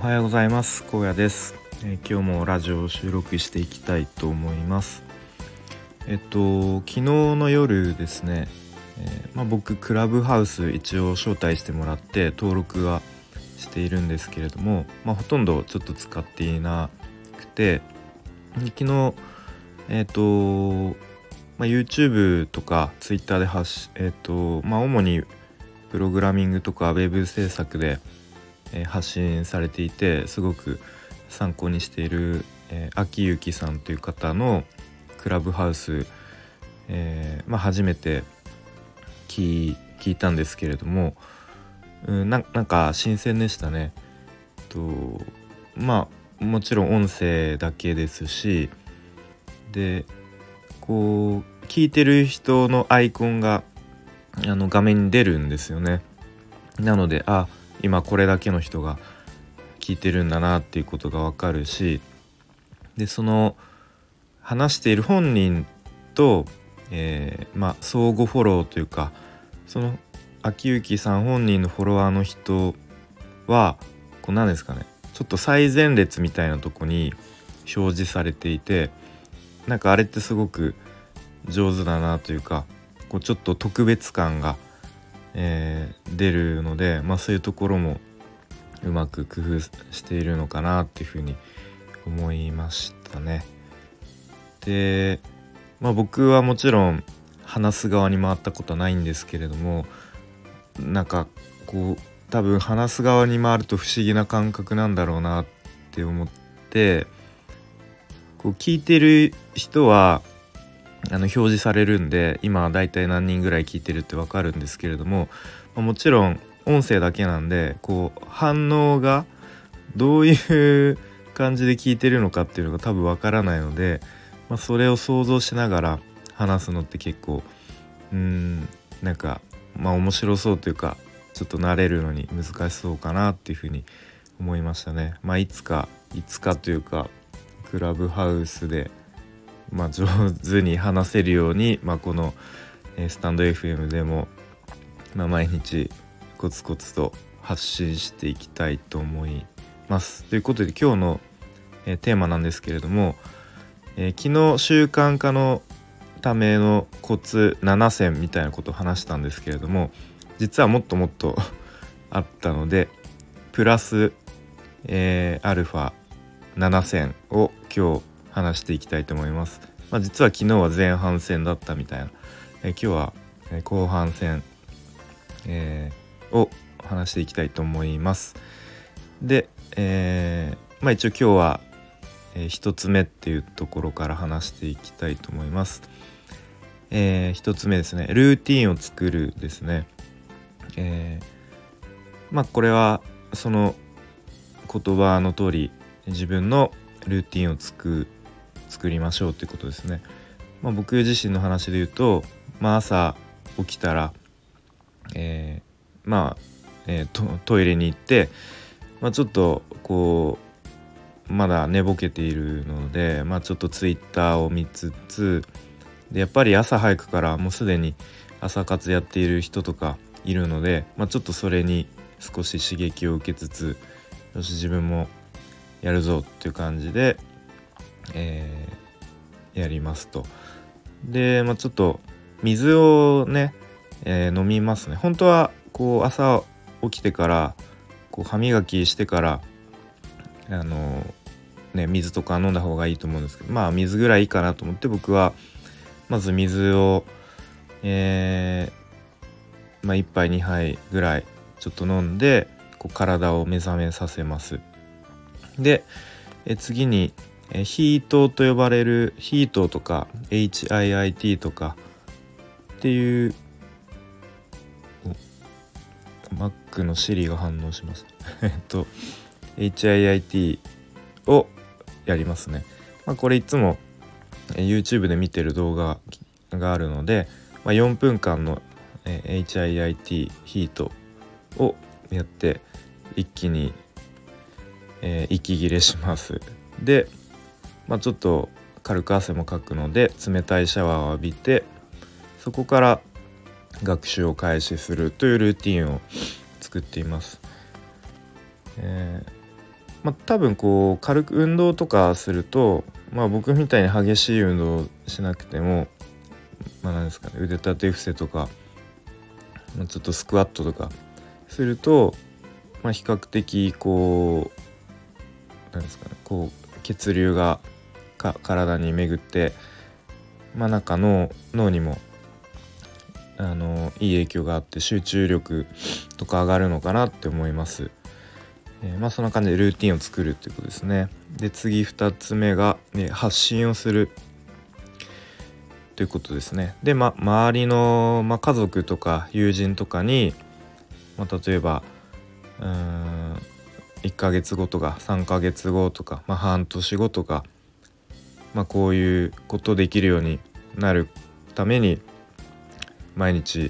おはようございます。荒野です。今日もラジオを収録していきたいと思います。昨日の夜ですね、僕クラブハウス一応招待してもらって登録はしているんですけれども、ほとんどちょっと使っていなくて、昨日YouTube とか Twitter で主にプログラミングとかウェブ制作で発信されていて、すごく参考にしている、秋幸さんという方のクラブハウス、初めて聞いたんですけれども、なんか新鮮でしたね。もちろん音声だけですし、でこう聞いてる人のアイコンが画面に出るんですよね。なので今これだけの人が聞いてるんだなっていうことがわかるし、でその話している本人と、相互フォローというか、その秋幸さん本人のフォロワーの人は何ですかね、ちょっと最前列みたいなとこに表示されていて、なんかあれってすごく上手だなというか、ちょっと特別感が出るので、そういうところもうまく工夫しているのかなっていうふうに思いましたね。で、僕はもちろん話す側に回ったことはないんですけれども、なんか多分話す側に回ると不思議な感覚なんだろうなって思って、聞いてる人は表示されるんで、今だいたい何人ぐらい聞いてるってわかるんですけれども、もちろん音声だけなんで、反応がどういう感じで聞いてるのかっていうのが多分わからないので、それを想像しながら話すのって結構なんか面白そうというか、ちょっと慣れるのに難しそうかなっていうふうに思いましたね。いつかというか、クラブハウスで上手に話せるように、このスタンド FM でも、毎日コツコツと発信していきたいと思います。ということで今日の、テーマなんですけれども、昨日習慣化のためのコツ7選みたいなことを話したんですけれども、実はもっともっとあったので、プラス、アルファ7選を今日話していきたいと思います。実は昨日は前半戦だったみたいな、今日は後半戦、を話していきたいと思います。で、一応今日は、一つ目っていうところから話していきたいと思います。一つ目ですね、ルーティンを作るですね。これはその言葉の通り、自分のルーティンを作りましょうということですね。僕自身の話で言うと、朝起きたら、トイレに行って、ちょっとまだ寝ぼけているので、ちょっとツイッターを見つつで、やっぱり朝早くからもうすでに朝活やっている人とかいるので、ちょっとそれに少し刺激を受けつつ、よし自分もやるぞっていう感じで、やりますと。で、ちょっと水をね、飲みますね。本当は朝起きてから歯磨きしてから水とか飲んだ方がいいと思うんですけど、水ぐらいいいかなと思って、僕はまず水を1杯2杯ぐらいちょっと飲んで、体を目覚めさせます。で、次にヒートと呼ばれる、ヒートとか HIIT とかっていうMac の Siri が反応しますHIIT をやりますね。これいつも YouTube で見てる動画があるので、4分間の HIIT ヒートをやって一気に、息切れします。で、ちょっと軽く汗もかくので冷たいシャワーを浴びて、そこから学習を開始するというルーティンを作っています。 多分こう軽く運動とかすると、僕みたいに激しい運動しなくても、なんですかね、腕立て伏せとか、ちょっとスクワットとかすると、比較的こうなんですかね、こう血流が体に巡って、中の脳にもいい影響があって集中力とか上がるのかなって思います。そんな感じでルーティンを作るっていうことですね。で次2つ目が、発信をするということですね。で、周りの、家族とか友人とかに、例えば1ヶ月後とか3ヶ月後とか、半年後とか、こういうことできるようになるために毎日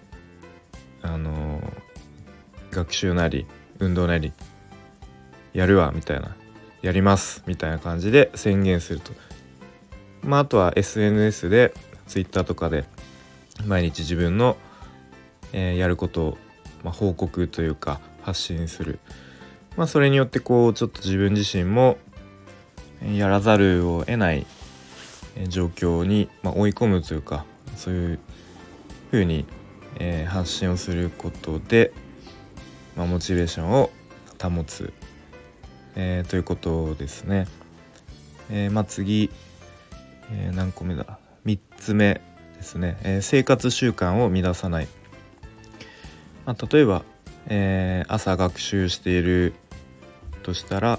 学習なり運動なりやるわみたいな、やりますみたいな感じで宣言すると、あとは SNS で Twitter とかで毎日自分の、やることを、報告というか発信する。それによってこうちょっと自分自身もやらざるを得ない状況に、追い込むというか、そういう風に、発信をすることで、モチベーションを保つ、ということですね。次、何個目だ、3つ目ですね、生活習慣を乱さない。例えば、朝学習しているとしたら、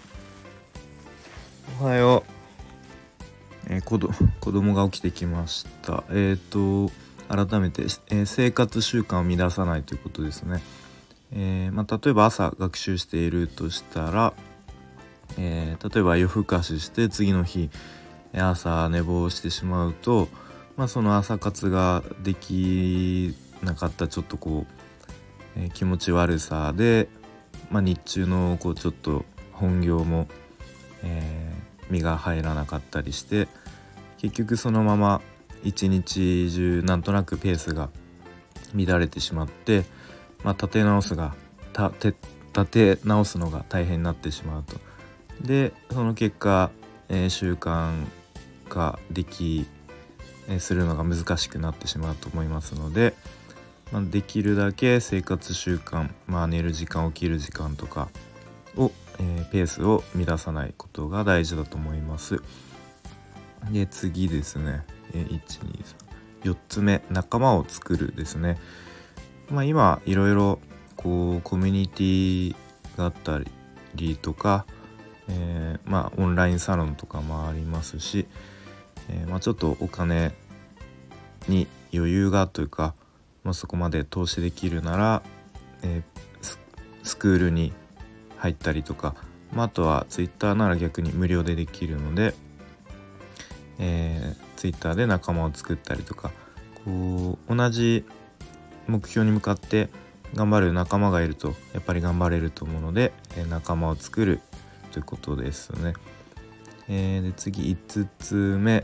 おはよう、子供が起きてきました。改めて、生活習慣を乱さないということですね。例えば朝学習しているとしたら、例えば夜更かしして次の日朝寝坊してしまうと、その朝活ができなかったちょっとこう、気持ち悪さで、日中のこうちょっと本業も、身が入らなかったりして、結局そのまま一日中なんとなくペースが乱れてしまって、立て直すのが大変になってしまうと。でその結果、習慣化するのが難しくなってしまうと思いますので、できるだけ生活習慣、寝る時間起きる時間とかを、ペースを乱さないことが大事だと思います。で次ですね、4つ目、仲間を作るですね。今いろいろこうコミュニティがあったりとか、オンラインサロンとかもありますし、ちょっとお金に余裕がというか、そこまで投資できるなら、スクールに入ったりとか、あとはツイッターなら逆に無料でできるので、ツイッターで仲間を作ったりとか、こう同じ目標に向かって頑張る仲間がいるとやっぱり頑張れると思うので、仲間を作るということですね。で次5つ目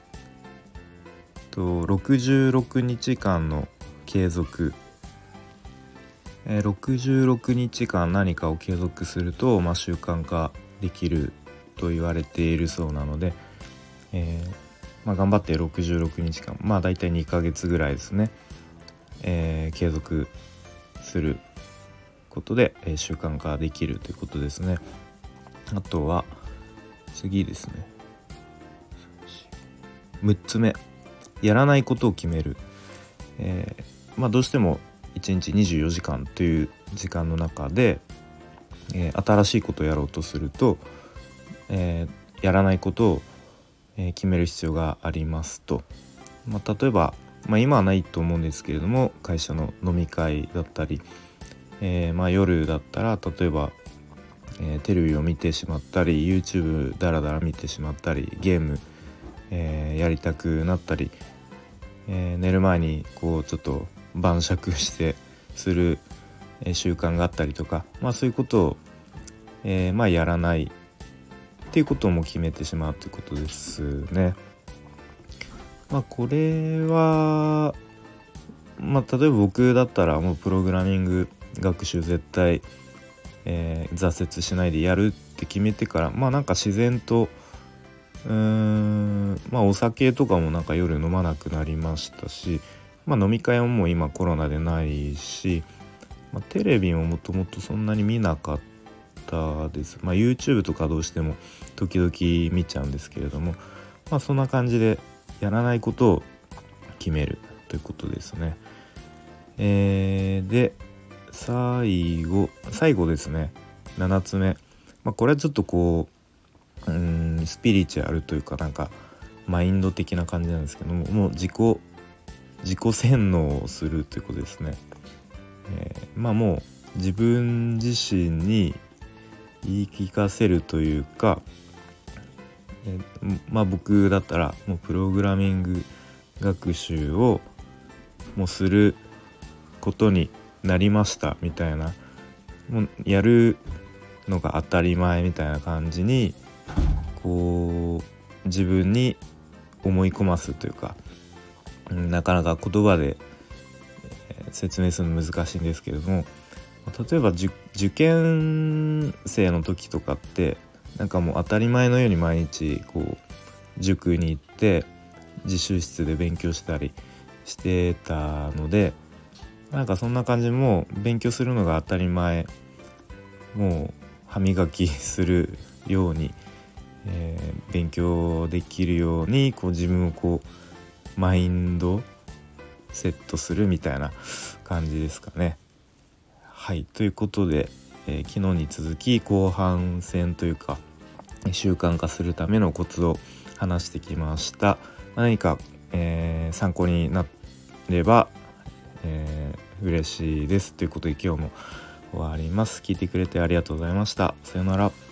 66日間の継続。66日間何かを継続すると、習慣化できると言われているそうなので、頑張って66日間、だいたい2ヶ月ぐらいですね、継続することで、習慣化できるということですね。あとは次ですね、6つ目、やらないことを決める。どうしても1日24時間という時間の中で、新しいことをやろうとすると、やらないことを、決める必要がありますと。例えば、今はないと思うんですけれども、会社の飲み会だったり、夜だったら例えば、テレビを見てしまったり YouTube だらだら見てしまったりゲーム、やりたくなったり、寝る前にこうちょっと晩酌してする、習慣があったりとか、そういうことを、やらないっていうことも決めてしまうということですね。これは、例えば僕だったらもうプログラミング学習絶対挫折しないでやるって決めてから、なんか自然とお酒とかもなんか夜飲まなくなりましたし、飲み会ももう今コロナでないし、テレビももともとそんなに見なかったです。YouTube とかどうしても時々見ちゃうんですけれども、そんな感じでやらないことを決めるということですね。で最後ですね、7つ目、これはちょっとスピリチュアルというかなんかマインド的な感じなんですけども、自己洗脳をするということですね。もう自分自身に言い聞かせるというか、僕だったらもうプログラミング学習をもうすることになりましたみたいな、もうやるのが当たり前みたいな感じに自分に思い込ますというか、なかなか言葉で説明するの難しいんですけれども、例えば受験生の時とかってなんかもう当たり前のように毎日塾に行って自習室で勉強したりしてたので、なんかそんな感じでもう勉強するのが当たり前、もう歯磨きするように、勉強できるように自分をマインドセットするみたいな感じですかね。はい、ということで、昨日に続き後半戦というか習慣化するためのコツを話してきました。何か、参考になれば、嬉しいですということで今日も終わります。聞いてくれてありがとうございました。さよなら。